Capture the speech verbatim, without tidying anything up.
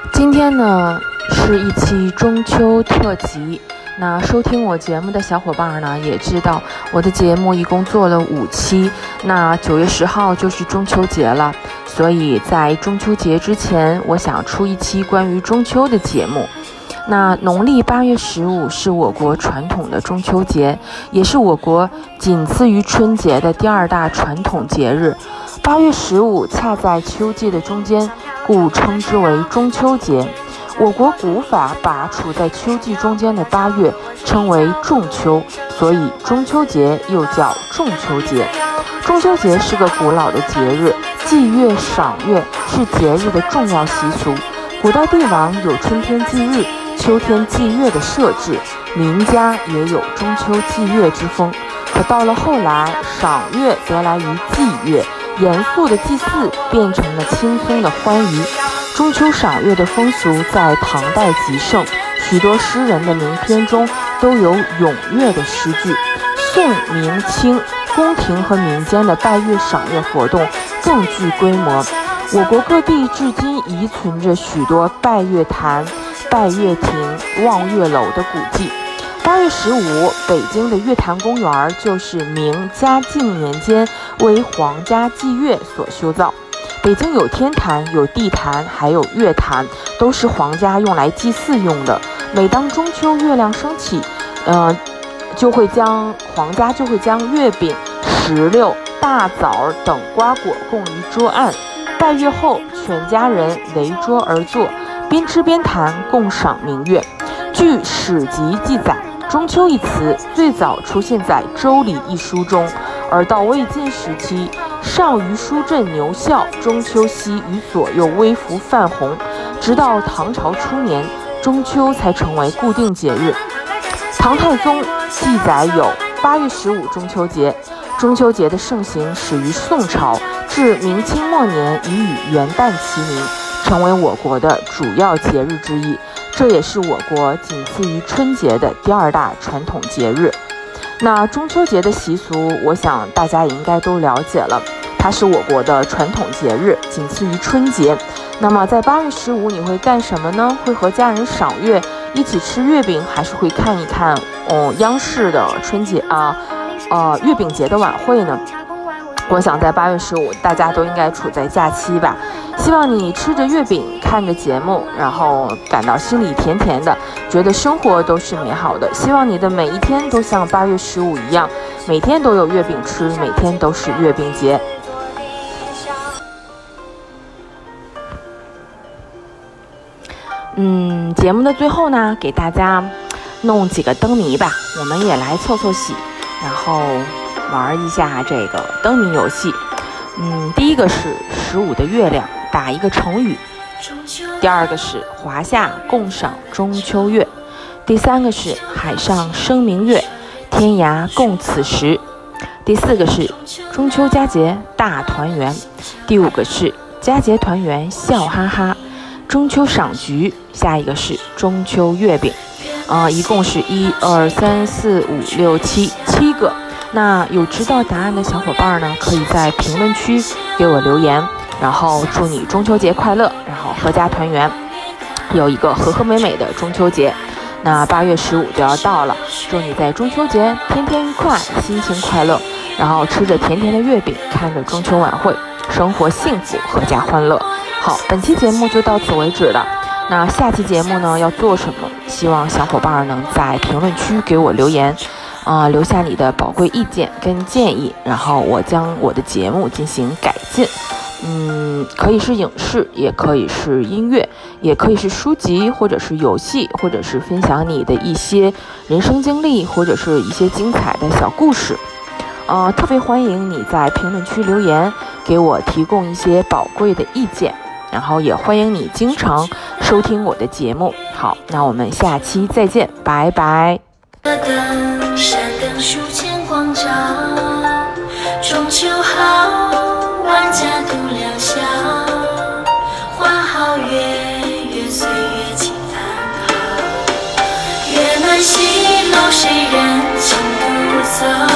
今天呢是一期中秋特辑，那收听我节目的小伙伴呢也知道，我的节目一共做了五期，那九月十号就是中秋节了，所以在中秋节之前，我想出一期关于中秋的节目。那农历八月十五是我国传统的中秋节，也是我国仅次于春节的第二大传统节日。八月十五恰在秋季的中间，故称之为中秋节。我国古法把处在秋季中间的八月称为仲秋，所以中秋节又叫仲秋节。中秋节是个古老的节日，祭月赏月是节日的重要习俗。古代帝王有春天祭日、秋天祭月的设置，民家也有中秋祭月之风。可到了后来，赏月得来于祭月，严肃的祭祀变成了轻松的欢愉。中秋赏月的风俗在唐代极盛，许多诗人的名篇中都有咏月的诗句。宋、明、清宫廷和民间的拜月赏月活动更具规模。我国各地至今遗存着许多拜月坛、拜月亭、望月楼的古迹。八月十五，北京的月坛公园就是明嘉靖年间为皇家祭月所修造。北京有天坛、有地坛，还有月坛，都是皇家用来祭祀用的。每当中秋月亮升起，呃，就会将皇家就会将月饼、石榴、大枣等瓜果供于桌案。拜月后，全家人围桌而坐，边吃边谈，共赏明月。据史籍记载，中秋一词最早出现在《周礼》一书中，而到魏晋时期，上虞书镇牛啸中秋夕与左右微服泛红，直到唐朝初年，中秋才成为固定节日。唐太宗记载有八月十五中秋节。中秋节的盛行始于宋朝，至明清末年已与元旦齐名，成为我国的主要节日之一。这也是我国仅次于春节的第二大传统节日。那中秋节的习俗，我想大家也应该都了解了，它是我国的传统节日，仅次于春节。那么在八月十五你会干什么呢？会和家人赏月，一起吃月饼，还是会看一看哦央视的春节啊呃月饼节的晚会呢？我想在八月十五大家都应该处在假期吧，希望你吃着月饼，看着节目，然后感到心里甜甜的，觉得生活都是美好的。希望你的每一天都像八月十五一样，每天都有月饼吃，每天都是月饼节。嗯，节目的最后呢，给大家弄几个灯谜吧，我们也来凑凑喜，然后玩一下这个灯谜游戏。嗯，第一个是十五的月亮，打一个成语。第二个是华夏共赏中秋月。第三个是海上生明月，天涯共此时。第四个是中秋佳节大团圆。第五个是佳节团圆笑哈哈。中秋赏菊，下一个是中秋月饼。啊、呃，一共是一二三四五六七七个。那有知道答案的小伙伴呢，可以在评论区给我留言，然后祝你中秋节快乐，然后阖家团圆，有一个和和美美的中秋节。那八月十五就要到了，祝你在中秋节天天愉快，心情快乐，然后吃着甜甜的月饼，看着中秋晚会，生活幸福，阖家欢乐。好，本期节目就到此为止了。那下期节目呢要做什么？希望小伙伴能在评论区给我留言，啊、呃，留下你的宝贵意见跟建议，然后我将我的节目进行改进。嗯，可以是影视，也可以是音乐，也可以是书籍，或者是游戏，或者是分享你的一些人生经历，或者是一些精彩的小故事。呃，特别欢迎你在评论区留言，给我提供一些宝贵的意见。然后也欢迎你经常收听我的节目。好，那我们下期再见，拜拜。 山灯数千光照，中秋好，万家度良宵。花好月圆，岁月静安好。月满西楼，谁人轻独奏？